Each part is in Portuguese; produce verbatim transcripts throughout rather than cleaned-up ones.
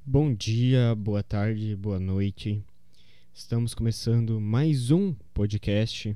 Bom dia, boa tarde, boa noite. Estamos começando mais um podcast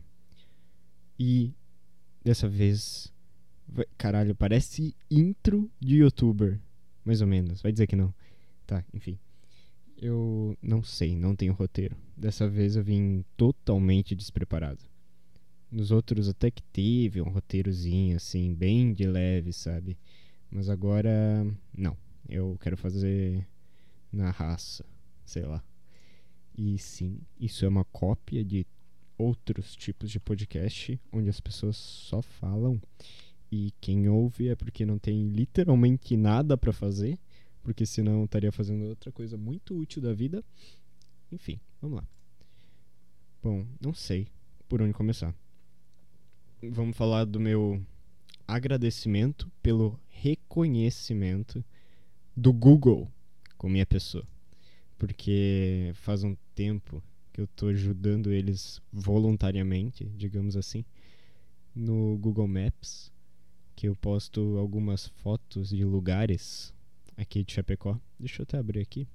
e dessa vez, vai- caralho, parece intro de youtuber, mais ou menos. Vai dizer que não. Tá, enfim. Eu não sei, não tenho roteiro. Dessa vez eu vim totalmente despreparado. Nos outros até que teve um roteirozinho assim, bem de leve, sabe? Mas agora não. Eu quero fazer na raça, sei lá. E sim, isso é uma cópia de outros tipos de podcast onde as pessoas só falam e quem ouve é porque não tem literalmente nada pra fazer, porque senão estaria fazendo outra coisa muito útil da vida. Enfim, vamos lá. Bom, não sei por onde começar. Vamos falar do meu agradecimento pelo reconhecimento do Google com minha pessoa. Porque faz um tempo que eu tô ajudando eles voluntariamente, digamos assim, no Google Maps, que eu posto algumas fotos de lugares aqui de Chapecó. Deixa eu até abrir aqui.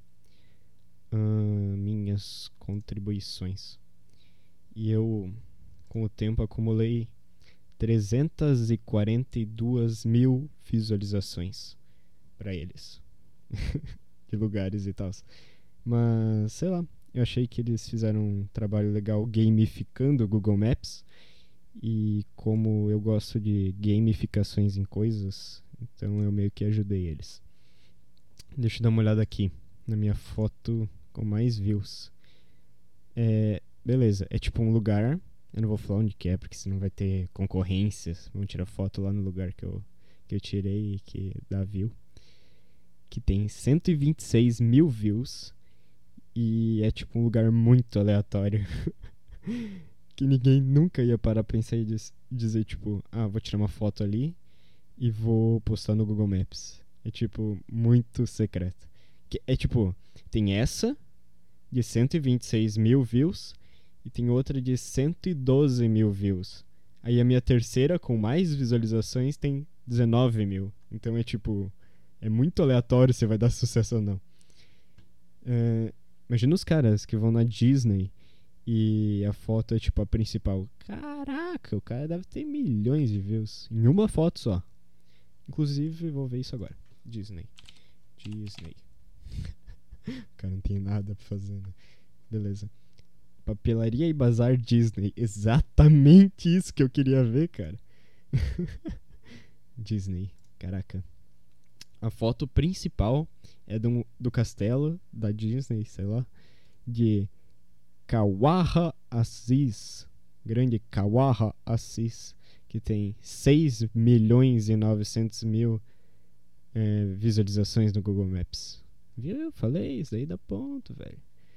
Ah, minhas contribuições. E eu, com o tempo, acumulei trezentas e quarenta e duas mil visualizações para eles. De lugares e tal. Mas, sei lá, eu achei que eles fizeram um trabalho legal gamificando o Google Maps. E como eu gosto de gamificações em coisas, então eu meio que ajudei eles. Deixa eu dar uma olhada aqui na minha foto com mais views. É, beleza, é tipo um lugar. Eu não vou falar onde que é, porque senão vai ter concorrências. Vamos tirar foto lá no lugar que eu, que eu tirei e que dá view. Que tem cento e vinte e seis mil views. E é tipo um lugar muito aleatório. Que ninguém nunca ia parar pra pensar e diz- dizer, tipo, ah, vou tirar uma foto ali e vou postar no Google Maps. É, tipo, muito secreto. Que é, tipo, tem essa de cento e vinte e seis mil views e tem outra de cento e doze mil views. Aí a minha terceira, com mais visualizações, tem dezenove mil. Então é, tipo, é muito aleatório se vai dar sucesso ou não. É, imagina os caras que vão na Disney e a foto é tipo a principal. Caraca, o cara deve ter milhões de views em uma foto só. Inclusive, vou ver isso agora. Disney. Disney. O cara não tem nada pra fazer, né? Beleza. Papelaria e Bazar Disney. Exatamente isso que eu queria ver, cara. Disney. Caraca. A foto principal é do, do castelo da Disney, sei lá. De Kawaha Assis, grande Kawaha Assis, que tem seis milhões e novecentos mil é, visualizações no Google Maps. Viu? Falei, isso aí dá ponto, velho.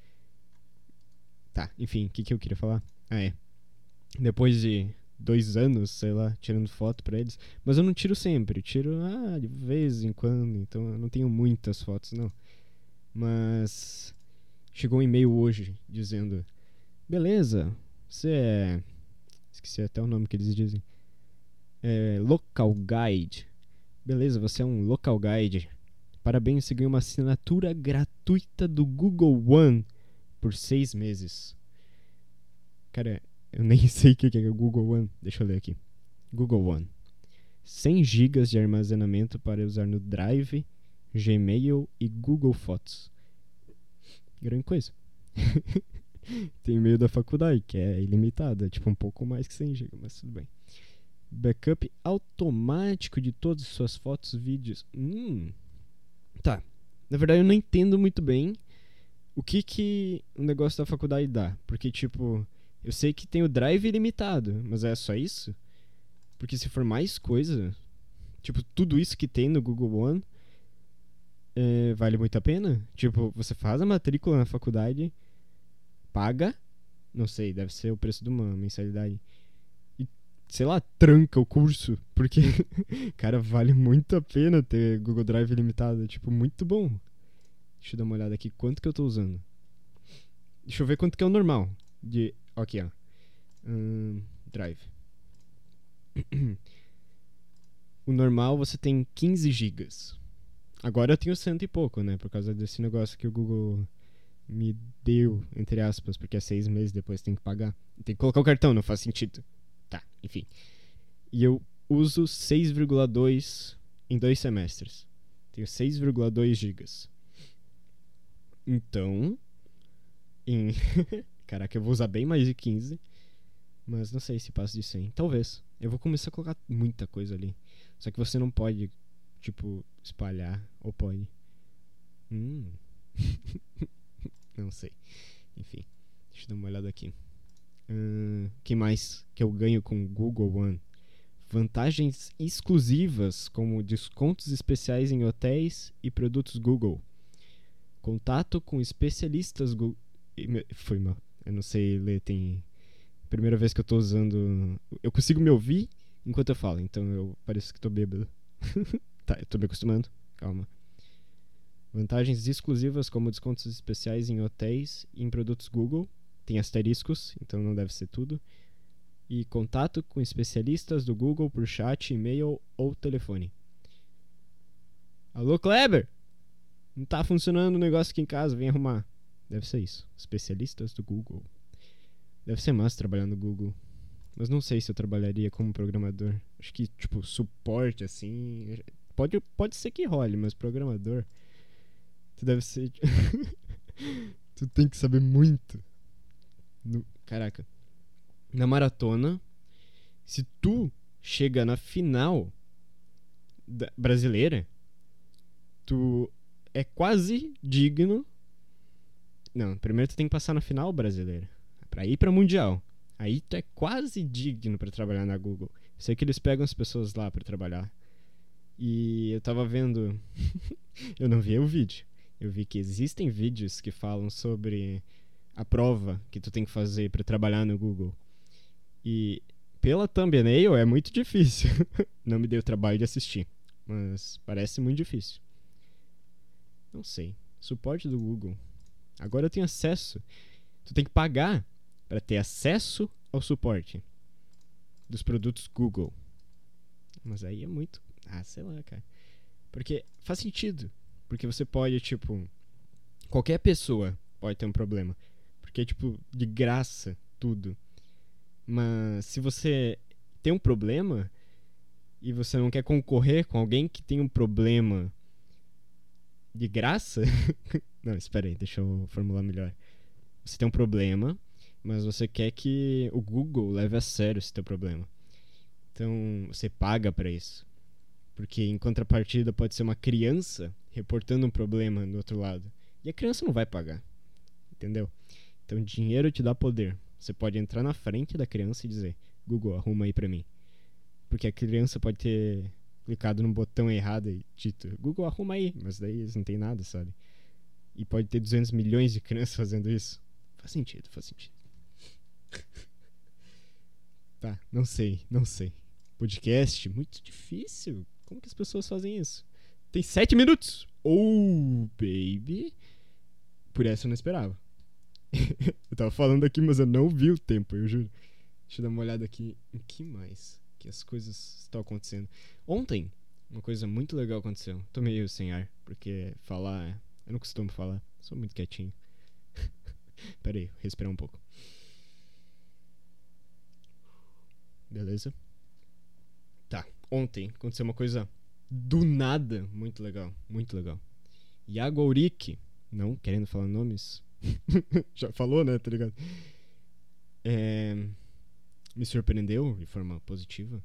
Tá, enfim, o que, que eu queria falar? Ah, é. Depois de dois anos, sei lá, tirando foto pra eles. Mas eu não tiro sempre, eu tiro ah, de vez em quando, então eu não tenho muitas fotos, não. Mas chegou um e-mail hoje dizendo: beleza, você é. Esqueci até o nome que eles dizem. É, local Guide. Beleza, você é um Local Guide. Parabéns, você ganhou uma assinatura gratuita do Google One por seis meses. Cara, eu nem sei o que é o Google One. Deixa eu ler aqui. Google One. cem gigas de armazenamento para usar no Drive, Gmail e Google Fotos. Grande coisa. Tem e-mail da faculdade, que é ilimitado. É tipo um pouco mais que cem gigas, mas tudo bem. Backup automático de todas as suas fotos e vídeos. Hum. Tá. Na verdade, eu não entendo muito bem o que que o negócio da faculdade dá. Porque, tipo, eu sei que tem o Drive ilimitado, mas é só isso? Porque se for mais coisa, tipo, tudo isso que tem no Google One, é, vale muito a pena? Tipo, você faz a matrícula na faculdade, paga, não sei, deve ser o preço de uma mensalidade, sei lá, tranca o curso, porque, cara, vale muito a pena ter Google Drive ilimitado, é, tipo, muito bom. Deixa eu dar uma olhada aqui, quanto que eu tô usando. Deixa eu ver quanto que é o normal. De, aqui, ó. Hum, Drive. O normal você tem quinze gigas. Agora eu tenho cento e pouco, né? Por causa desse negócio que o Google me deu, entre aspas, porque é seis meses depois tem que pagar. Tem que colocar o cartão, não faz sentido. Tá, enfim. E eu uso seis vírgula dois em dois semestres. Tenho seis vírgula dois gigas. Então, em... Caraca, eu vou usar bem mais de quinze. Mas não sei se passa de cem. Talvez. Eu vou começar a colocar muita coisa ali. Só que você não pode, tipo, espalhar. Ou pode? Hum. Não sei. Enfim. Deixa eu dar uma olhada aqui. O uh, que mais que eu ganho com o Google One? Vantagens exclusivas, como descontos especiais em hotéis e produtos Google. Contato com especialistas Google. Foi mal. Eu não sei ler, tem... Primeira vez que eu tô usando... Eu consigo me ouvir enquanto eu falo, então eu pareço que tô bêbado. Tá, eu tô me acostumando. Calma. Vantagens exclusivas, como descontos especiais em hotéis e em produtos Google. Tem asteriscos, então não deve ser tudo. E contato com especialistas do Google por chat, e-mail ou telefone. Alô, Kleber? Não tá funcionando o negócio aqui em casa, vem arrumar. Deve ser isso. Especialistas do Google. Deve ser massa trabalhar no Google. Mas não sei se eu trabalharia como programador. Acho que, tipo, suporte, assim... Pode, pode ser que role, mas programador... Tu deve ser... Tu tem que saber muito. No... Caraca. Na maratona, se tu chega na final da... brasileira, tu é quase digno... Não, primeiro tu tem que passar na final brasileira. Pra ir pra Mundial. Aí tu é quase digno pra trabalhar na Google. Eu sei que eles pegam as pessoas lá pra trabalhar. E eu tava vendo... Eu não vi o vídeo. Eu vi que existem vídeos que falam sobre a prova que tu tem que fazer pra trabalhar no Google. E pela thumbnail é muito difícil. Não me deu o trabalho de assistir. Mas parece muito difícil. Não sei. Suporte do Google. Agora eu tenho acesso. Tu tem que pagar para ter acesso ao suporte dos produtos Google. Mas aí é muito... Ah, sei lá, cara. Porque faz sentido. Porque você pode, tipo... Qualquer pessoa pode ter um problema. Porque, tipo, de graça, tudo. Mas se você tem um problema e você não quer concorrer com alguém que tem um problema de graça... Não, espera aí, deixa eu formular melhor. Você tem um problema, mas você quer que o Google leve a sério esse teu problema. Então, você paga pra isso. Porque em contrapartida pode ser uma criança reportando um problema do outro lado. E a criança não vai pagar. Entendeu? Então, dinheiro te dá poder. Você pode entrar na frente da criança e dizer: Google, arruma aí pra mim. Porque a criança pode ter clicado no botão errado e dito: Google, arruma aí. Mas daí eles não tem nada, sabe? E pode ter duzentos milhões de crianças fazendo isso. Faz sentido, faz sentido. Tá, não sei, não sei. Podcast, muito difícil. Como que as pessoas fazem isso? Tem sete minutos. Oh, baby. Por essa eu não esperava. Eu tava falando aqui, mas eu não vi o tempo, eu juro. Deixa eu dar uma olhada aqui. Em que mais que as coisas estão acontecendo? Ontem, uma coisa muito legal aconteceu. Tô meio sem ar, porque falar... Eu não costumo falar. Sou muito quietinho. Pera aí, respirar um pouco. Beleza? Tá, ontem aconteceu uma coisa do nada muito legal. Muito legal. Iago Auric, não querendo falar nomes. Já falou, né? Tá ligado? É, me surpreendeu de forma positiva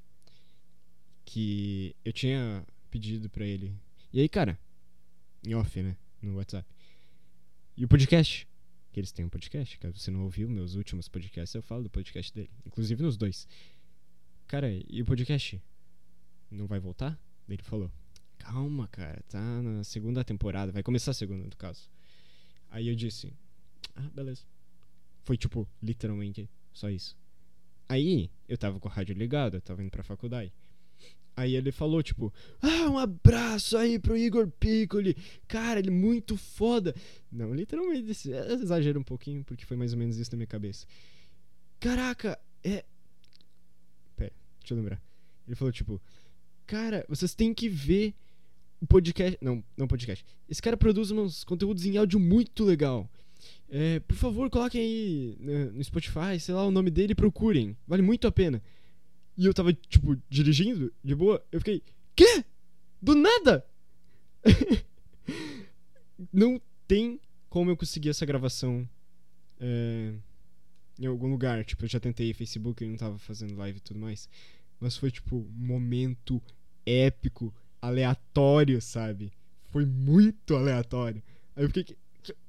que eu tinha pedido pra ele. E aí, cara? Em off, né? No WhatsApp. E o podcast? Que eles têm um podcast. Caso você não ouviu meus últimos podcasts, eu falo do podcast dele. Inclusive nos dois. Cara, e o podcast? Não vai voltar? Ele falou: calma, cara, tá na segunda temporada. Vai começar a segunda, no caso. Aí eu disse: ah, beleza. Foi tipo, literalmente, só isso. Aí, eu tava com o rádio ligado, eu tava indo pra faculdade. Aí ele falou, tipo: ah, um abraço aí pro Igor Piccoli. Cara, ele é muito foda. Não, literalmente, exagero um pouquinho, porque foi mais ou menos isso na minha cabeça. Caraca, é... Pera, deixa eu lembrar. Ele falou, tipo: cara, vocês têm que ver o podcast... Não, não podcast. Esse cara produz uns conteúdos em áudio muito legal. É, por favor, coloquem aí no, no Spotify, sei lá, o nome dele e procurem. Vale muito a pena. E eu tava, tipo, dirigindo, de boa. Eu fiquei, quê? Do nada? Não tem como eu conseguir essa gravação é, em algum lugar. Tipo, eu já tentei Facebook e não tava fazendo live e tudo mais. Mas foi, tipo, um momento épico, aleatório, sabe? Foi muito aleatório. Aí eu fiquei...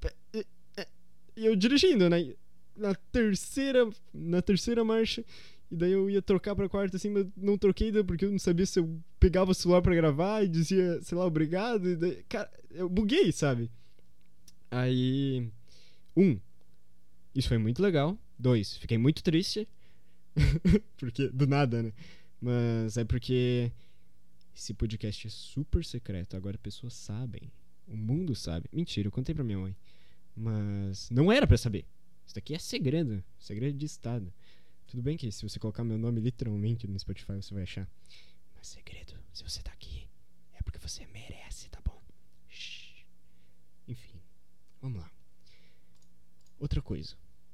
E eu dirigindo, né? Na terceira, na terceira marcha. E daí eu ia trocar pra quarta, assim, mas não troquei porque eu não sabia se eu pegava o celular pra gravar e dizia, sei lá, obrigado. E daí, cara, eu buguei, sabe? Aí... Um, isso foi muito legal. Dois, fiquei muito triste. Porque, do nada, né? Mas é porque esse podcast é super secreto. Agora pessoas sabem. O mundo sabe. Mentira, eu contei pra minha mãe. Mas não era pra saber. Isso daqui é segredo. Segredo de estado. Tudo bem que se você colocar meu nome literalmente no Spotify, você vai achar. Mas segredo, se você tá aqui, é porque você merece, tá bom? Shhh. Enfim, vamos lá. Outra coisa.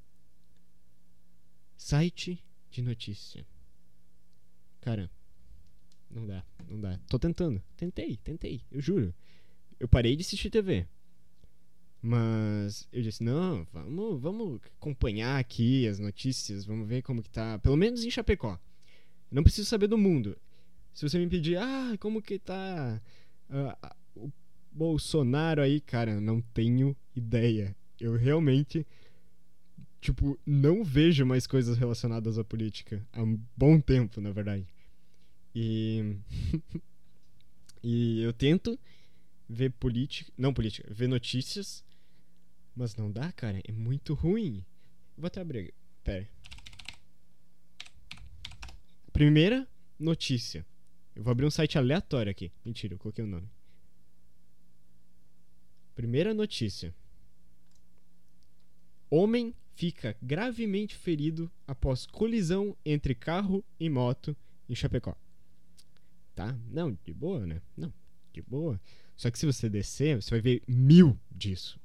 Site de notícia. Cara, não dá, não dá. Tô tentando. Tentei, tentei, eu juro. Eu parei de assistir T V. Mas eu disse, não, vamos, vamos acompanhar aqui as notícias, vamos ver como que tá, pelo menos em Chapecó. Não preciso saber do mundo. Se você me pedir, ah, como que tá uh, o Bolsonaro aí, cara, eu não tenho ideia. Eu realmente, tipo, não vejo mais coisas relacionadas à política há um bom tempo, na verdade. E... e eu tento ver política, não política, ver notícias. Mas não dá, cara. É muito ruim. Vou até abrir. Pera. Primeira notícia. Eu vou abrir um site aleatório aqui. Mentira, eu coloquei o nome. Primeira notícia. Homem fica gravemente ferido após colisão entre carro e moto em Chapecó. Tá? Não, de boa, né? Não, de boa. Só que se você descer, você vai ver mil disso.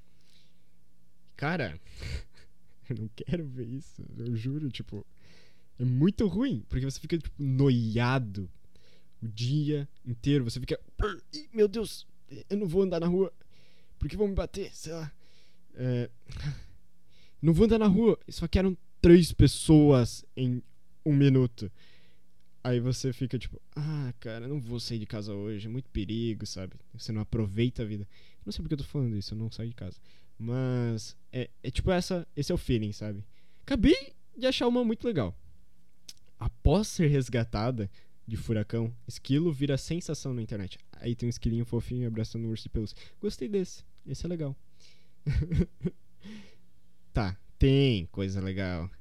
Cara, eu não quero ver isso. Eu juro, tipo, é muito ruim, porque você fica, tipo, noiado o dia inteiro. Você fica, meu Deus, eu não vou andar na rua, porque vão me bater, sei lá. É, não vou andar na rua, só que eram três pessoas em um minuto. Aí você fica, tipo, ah, cara, não vou sair de casa hoje, é muito perigo, sabe? Você não aproveita a vida. Não sei porque eu tô falando isso, eu não saio de casa. Mas é, é tipo essa, esse é o feeling, sabe? Acabei de achar uma muito legal. Após ser resgatada de furacão, esquilo vira sensação na internet. Aí tem um esquilinho fofinho abraçando um urso de pelúcia. Gostei desse, esse é legal. Tá, tem coisa legal.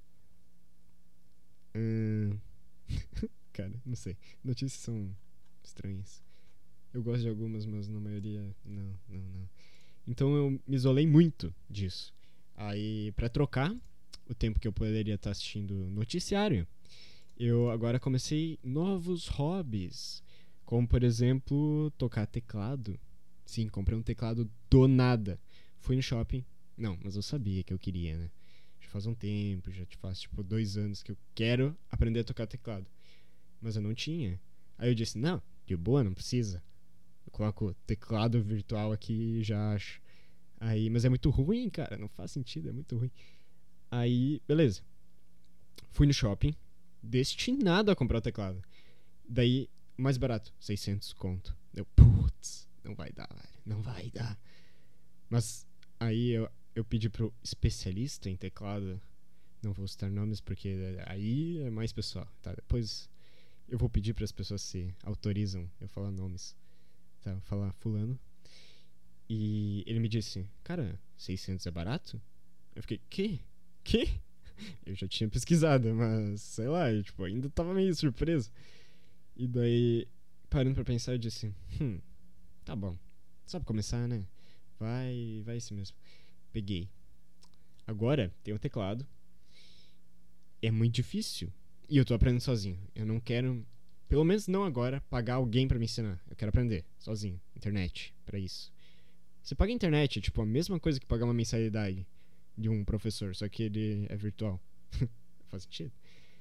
Hum... Cara, não sei. Notícias são estranhas. Eu gosto de algumas, mas na maioria não, não, não. Então eu me isolei muito disso. Aí, pra trocar o tempo que eu poderia estar assistindo noticiário, eu agora comecei novos hobbies. Como, por exemplo, tocar teclado. Sim, comprei um teclado do nada. Fui no shopping. Não, mas eu sabia que eu queria, né? Já faz um tempo, já te faz tipo dois anos que eu quero aprender a tocar teclado. Mas eu não tinha. Aí eu disse, não, de boa, não precisa. Eu coloco teclado virtual aqui e já acho. Aí, mas é muito ruim, cara. Não faz sentido, é muito ruim. Aí, beleza. Fui no shopping, destinado a comprar o teclado. Daí, mais barato, seiscentos conto. Eu, putz, não vai dar, velho. Não vai dar. Mas aí eu, eu pedi pro especialista em teclado. Não vou citar nomes porque aí é mais pessoal, tá? Depois eu vou pedir para as pessoas se autorizam eu falar nomes. Tá, vou falar fulano. E ele me disse, cara, seiscentos é barato? Eu fiquei, que? Que? Eu já tinha pesquisado, mas sei lá, eu, tipo, ainda tava meio surpreso. E daí, parando pra pensar, eu disse, hum, tá bom. Só pra começar, né? Vai, vai assim mesmo. Peguei. Agora, tem o teclado. É muito difícil. E eu tô aprendendo sozinho. Eu não quero pelo menos não agora, pagar alguém pra me ensinar. Eu quero aprender, sozinho. Internet, pra isso. Você paga a internet, é tipo a mesma coisa que pagar uma mensalidade de um professor, só que ele é virtual. Faz sentido?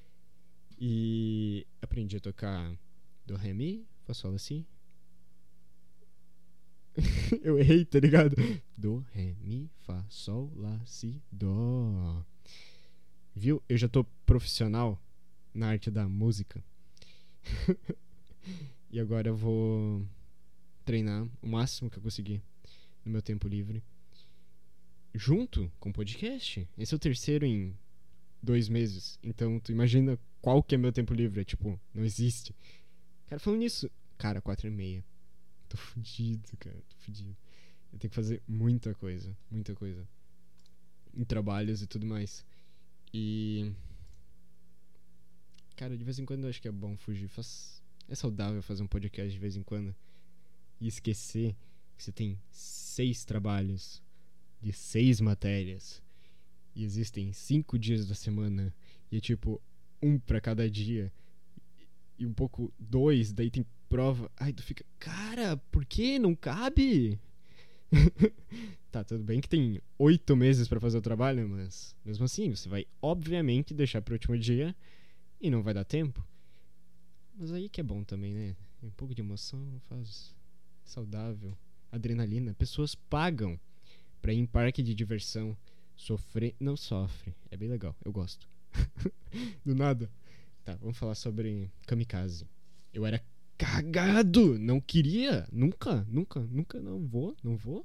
E aprendi a tocar do, ré, mi, fá, sol, lá, si. Eu errei, tá ligado? Do, ré, mi, fá, sol, lá, si, dó. Viu? Eu já tô profissional na arte da música. E agora eu vou treinar o máximo que eu conseguir no meu tempo livre, junto com o podcast. Esse é o terceiro em dois meses. Então tu imagina qual que é meu tempo livre. É tipo, não existe. Cara, falando nisso, cara, quatro e meia. Tô fudido, cara, tô fudido. Eu tenho que fazer muita coisa, muita coisa. Em trabalhos e tudo mais. E... cara, de vez em quando eu acho que é bom fugir. Faz... é saudável fazer um podcast de vez em quando. E esquecer que você tem seis trabalhos de seis matérias. E existem cinco dias da semana. E é tipo, um pra cada dia. E um pouco dois, daí tem prova. Ai, tu fica, cara, por que não cabe? Tá, tudo bem que tem oito meses pra fazer o trabalho, mas mesmo assim, você vai obviamente deixar pro último dia e não vai dar tempo. Mas aí que é bom também, né? Um pouco de emoção faz saudável. Adrenalina. Pessoas pagam pra ir em parque de diversão. Sofrer, não sofre. É bem legal, eu gosto. Do nada. Tá, vamos falar sobre kamikaze. Eu era cagado, não queria, nunca, nunca, nunca, não vou, não vou.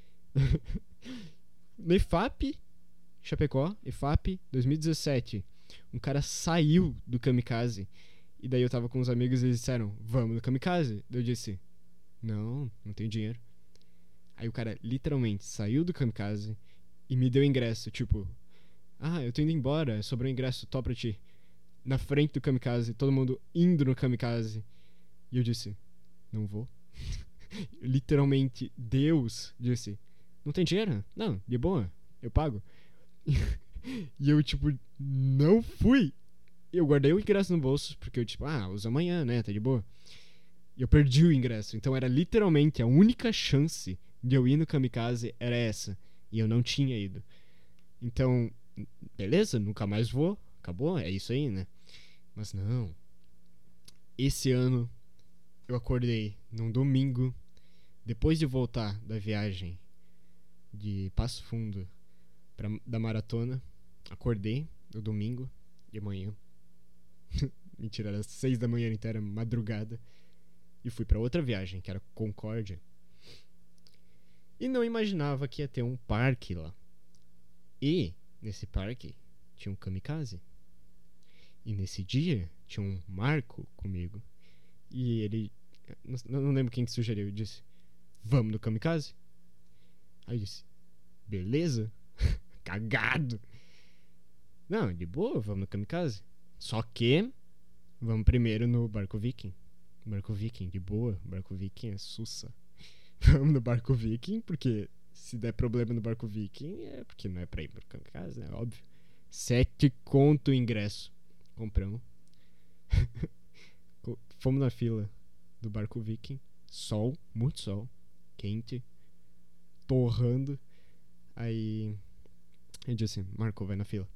No I F A P, Chapecó, I F A P, dois mil e dezessete, um cara saiu do kamikaze. E daí eu tava com uns amigos e eles disseram, vamos no kamikaze. Daí eu disse, não, não tenho dinheiro. Aí o cara literalmente saiu do kamikaze e me deu ingresso, tipo, ah, eu tô indo embora, sobrou ingresso, top pra ti. Na frente do kamikaze, todo mundo indo no kamikaze. E eu disse, não vou. Literalmente, Deus disse, não tem dinheiro? Não, de boa, eu pago. E eu, tipo, não fui. Eu guardei o ingresso no bolso, porque eu, tipo, ah, usa amanhã, né, tá de boa. E eu perdi o ingresso, então era literalmente a única chance de eu ir no kamikaze era essa. E eu não tinha ido. Então, beleza, nunca mais vou, acabou, é isso aí, né? Mas não. Esse ano eu acordei num domingo, depois de voltar da viagem de Passo Fundo pra, da maratona. Acordei no domingo de manhã. Mentira, era seis da manhã inteira, madrugada. E fui pra outra viagem, que era Concórdia. E não imaginava que ia ter um parque lá. E nesse parque tinha um kamikaze. E nesse dia tinha um Marco comigo. E ele, não, não lembro quem que sugeriu, disse, vamos no kamikaze? Aí eu disse, beleza. Cagado. Não, de boa, vamos no kamikaze. Só que vamos primeiro no barco viking. Barco viking, de boa. Barco viking é sussa. Vamos no barco viking, porque se der problema no barco viking é porque não é pra ir pro kamikaze, né? Óbvio. Sete conto o ingresso. Compramos. Fomos na fila do barco viking. Sol, muito sol. Quente. Torrando. Aí eu disse assim, Marco, vai na fila.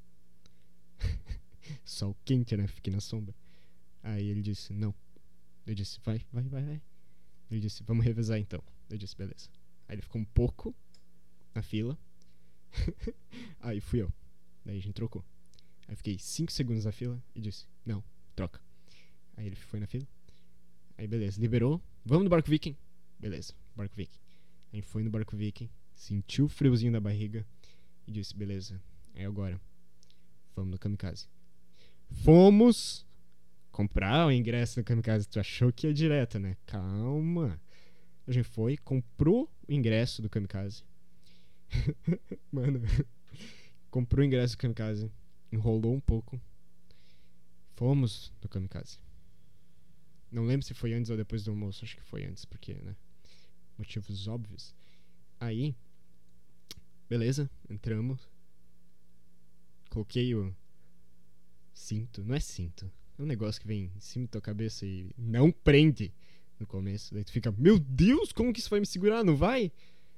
Sol quente, né? Fiquei na sombra. Aí ele disse, não. Eu disse, vai, vai, vai, vai. Ele disse, vamos revezar então. Eu disse, beleza. Aí ele ficou um pouco na fila. Aí fui eu. Daí a gente trocou. Aí fiquei cinco segundos na fila e disse, não, troca. Aí ele foi na fila. Aí beleza, liberou. Vamos no barco viking. Beleza, barco viking. Aí foi no barco viking, sentiu o friozinho na barriga e disse, beleza, é agora. Vamos no kamikaze. Fomos comprar o ingresso no kamikaze. Tu achou que ia direto, né? Calma. A gente foi, comprou o ingresso do kamikaze. Mano, comprou o ingresso do kamikaze, enrolou um pouco. Fomos no kamikaze. Não lembro se foi antes ou depois do almoço. Acho que foi antes, porque, né? Motivos óbvios. Aí, beleza, entramos. Coloquei o cinto. Não é cinto. É um negócio que vem em cima da tua cabeça e não prende no começo. Daí tu fica, meu Deus, como que isso vai me segurar? Não vai?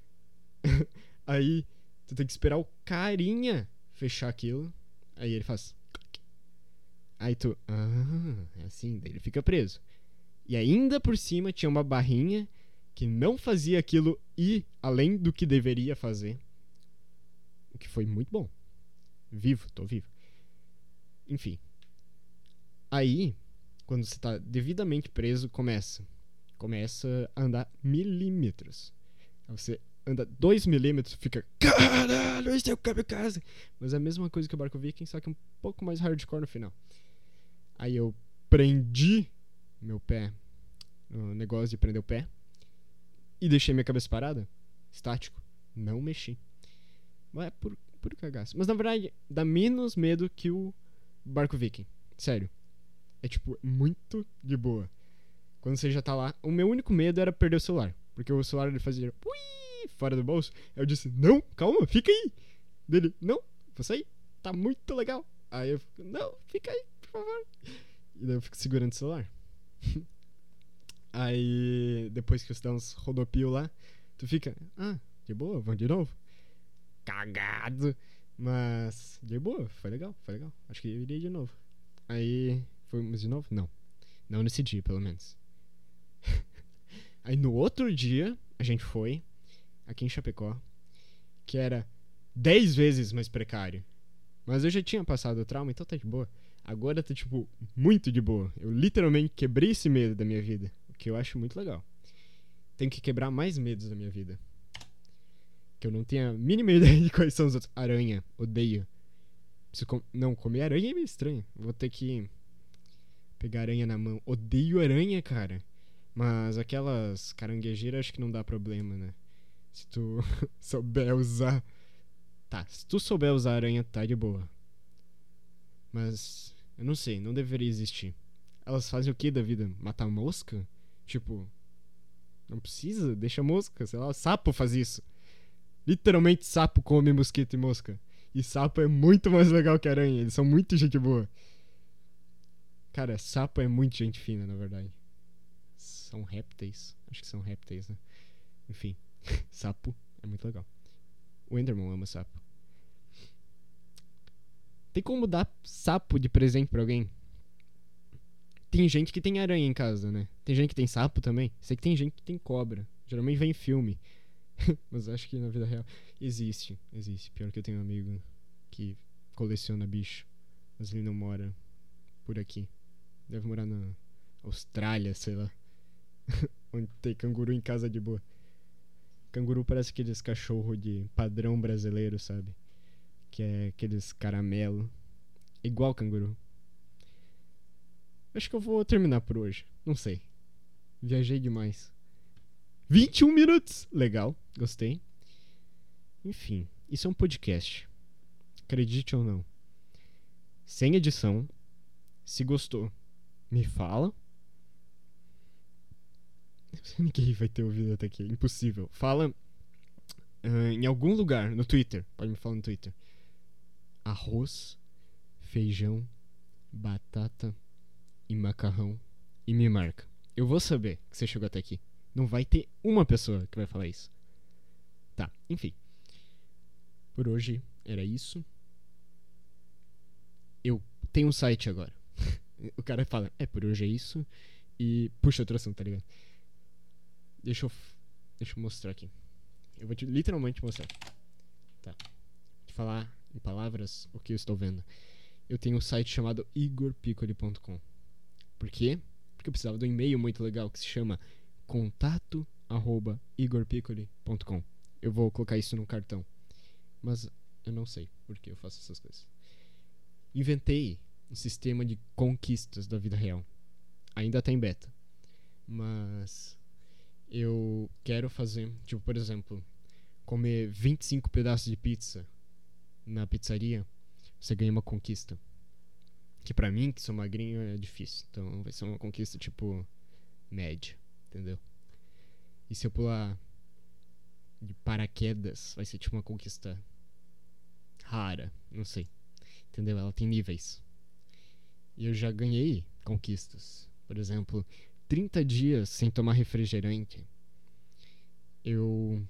Aí tu tem que esperar o carinha fechar aquilo. Aí ele faz... Aí tu... Ah, é assim. Daí ele fica preso. E ainda por cima tinha uma barrinha que não fazia aquilo ir além do que deveria fazer. O que foi muito bom. Vivo, tô vivo. Enfim. Aí, quando você tá devidamente preso, começa. Começa a andar milímetros. Aí você anda dois milímetros, fica... Caralho, esse é o kamikaze. Mas é a mesma coisa que o Barco Viking, só que um pouco mais hardcore no final. Aí eu prendi meu pé no negócio de prender o pé e deixei minha cabeça parada, estático. Não mexi. Mas é por, por cagaço. Mas na verdade, dá menos medo que o Barco Viking. Sério. É tipo, muito de boa. Quando você já tá lá, o meu único medo era perder o celular. Porque o celular ele fazia ui, fora do bolso. Aí eu disse, não, calma, fica aí. Dele, não, vou sair. Tá muito legal. Aí eu fico, não, fica aí, por favor. E daí eu fico segurando o celular. Aí, depois que você dá uns rodopio lá, tu fica, ah, de boa, vamos de novo. Cagado. Mas, de boa, foi legal, foi legal. Acho que eu iria de novo. Aí, fomos de novo? Não. Não nesse dia, pelo menos. Aí no outro dia, a gente foi, aqui em Chapecó, que era dez vezes mais precário. Mas eu já tinha passado o trauma, então tá de boa. Agora tá, tipo, muito de boa. Eu literalmente quebrei esse medo da minha vida. O que eu acho muito legal. Tenho que quebrar mais medos da minha vida. Que eu não tenho a mínima ideia de quais são os outros. Aranha, odeio. Preciso com... Não, comer aranha é meio estranho. Vou ter que pegar aranha na mão. Odeio aranha, cara. Mas aquelas caranguejeiras acho que não dá problema, né? Se tu souber usar. Tá, se tu souber usar aranha, tá de boa. Mas eu não sei, não deveria existir. Elas fazem o que da vida? Matar mosca? Tipo, não precisa, deixa mosca, sei lá, sapo faz isso. Literalmente sapo come mosquito e mosca. E sapo é muito mais legal que aranha, eles são muito gente boa. Cara, sapo é muito gente fina, na verdade. São répteis, acho que são répteis, né? Enfim, sapo é muito legal. O Enderman ama sapo. Tem como dar sapo de presente pra alguém? Tem gente que tem aranha em casa, né? Tem gente que tem sapo também. Sei que tem gente que tem cobra. Geralmente vem em filme. Mas acho que na vida real existe. Existe. Pior que eu tenho um amigo que coleciona bicho. Mas ele não mora por aqui. Deve morar na Austrália, sei lá. Onde tem canguru em casa de boa. Canguru parece aqueles cachorro de padrão brasileiro, sabe? Que é aqueles caramelo. Igual canguru. Acho que eu vou terminar por hoje. Não sei. Viajei demais. vinte e um minutos! Legal, gostei. Enfim, isso é um podcast. Acredite ou não. Sem edição. Se gostou, me fala. Ninguém vai ter ouvido até aqui. Impossível. Fala uh, em algum lugar. No Twitter. Pode me falar no Twitter. Arroz, feijão, batata e macarrão. E me marca. Eu vou saber que você chegou até aqui. Não vai ter uma pessoa que vai falar isso. Tá, enfim. Por hoje era isso. Eu tenho um site agora. O cara fala, é, por hoje é isso. E puxa outro assunto, tá ligado? Deixa eu, deixa eu mostrar aqui. Eu vou te, literalmente mostrar. Tá. Vou te falar em palavras o que eu estou vendo. Eu tenho um site chamado igor piccoli ponto com. Por quê? Porque eu precisava de um e-mail muito legal que se chama contato arroba igor piccoli ponto com. Eu vou colocar isso no cartão. Mas eu não sei por que eu faço essas coisas. Inventei um sistema de conquistas da vida real. Ainda tá em beta. Mas eu quero fazer, tipo, por exemplo, comer vinte e cinco pedaços de pizza na pizzaria, você ganha uma conquista. Que pra mim, que sou magrinho, é difícil. Então vai ser uma conquista, tipo, média. Entendeu? E se eu pular de paraquedas, vai ser tipo uma conquista rara. Não sei. Entendeu? Ela tem níveis. E eu já ganhei conquistas. Por exemplo, trinta dias sem tomar refrigerante. Eu.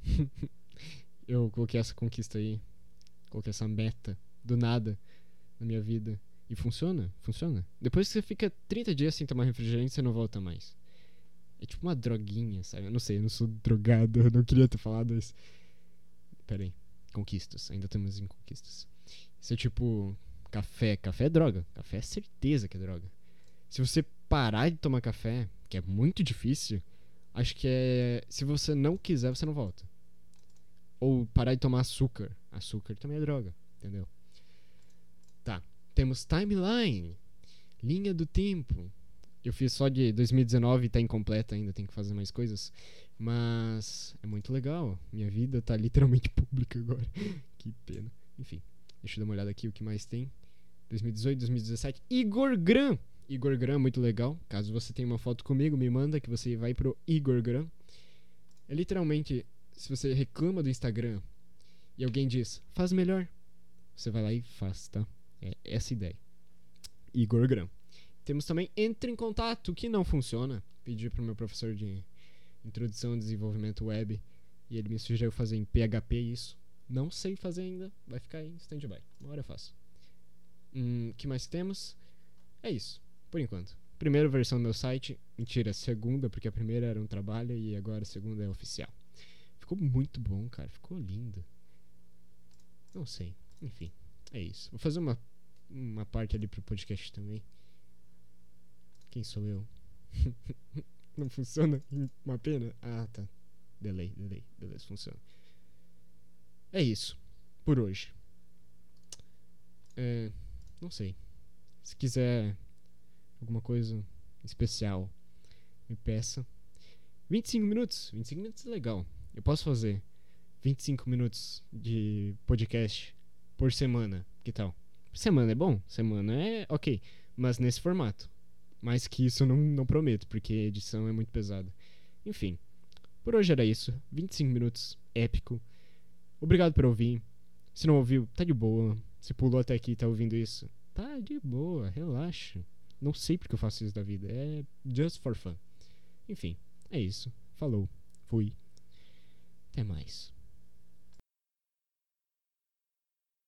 Eu coloquei essa conquista aí. Coloquei essa meta do nada na minha vida. E funciona, funciona. Depois que você fica trinta dias sem tomar refrigerante, você não volta mais. É tipo uma droguinha, sabe? Eu não sei, eu não sou drogado, eu não queria ter falado isso. Pera aí. Conquistas, ainda estamos em conquistas. Isso é tipo café. Café é droga. Café é certeza que é droga. Se você parar de tomar café, que é muito difícil, acho que é. Se você não quiser, você não volta. Ou parar de tomar açúcar. Açúcar também é droga, entendeu? Tá. Temos timeline. Linha do tempo. Eu fiz só de dois mil e dezenove e tá incompleta ainda, tem que fazer mais coisas. Mas é muito legal. Minha vida tá literalmente pública agora. Que pena. Enfim, deixa eu dar uma olhada aqui o que mais tem. dois mil e dezoito, dois mil e dezessete. Igor Gran. Igor Gran, muito legal. Caso você tenha uma foto comigo, me manda que você vai pro Igor Gran. É literalmente, se você reclama do Instagram e alguém diz, faz melhor, você vai lá e faz, tá? É essa a ideia. Igor Gran. Temos também Entre em Contato, que não funciona. Pedi pro meu professor de Introdução ao Desenvolvimento Web e ele me sugeriu fazer em P H P isso. Não sei fazer ainda, vai ficar aí em stand-by. Uma hora eu faço. Hum, que mais temos? É isso, por enquanto. Primeira versão do meu site, mentira, segunda, porque a primeira era um trabalho e agora a segunda é oficial. Ficou muito bom, cara, ficou lindo. Não sei, enfim, é isso. Vou fazer uma, uma parte ali pro podcast também. Quem sou eu? Não funciona? Uma pena? Ah, tá. Delay, delay. Beleza, funciona. É isso. Por hoje. É, não sei. Se quiser alguma coisa especial, me peça. vinte e cinco minutos? vinte e cinco minutos é legal. Eu posso fazer vinte e cinco minutos de podcast por semana. Que tal? Semana é bom? Semana é ok. Mas nesse formato. Mais que isso eu não, não prometo, porque a edição é muito pesada. Enfim, por hoje era isso. vinte e cinco minutos, épico. Obrigado por ouvir. Se não ouviu, tá de boa. Se pulou até aqui e tá ouvindo isso, tá de boa, relaxa. Não sei porque eu faço isso da vida, é just for fun. Enfim, é isso. Falou, fui. Até mais.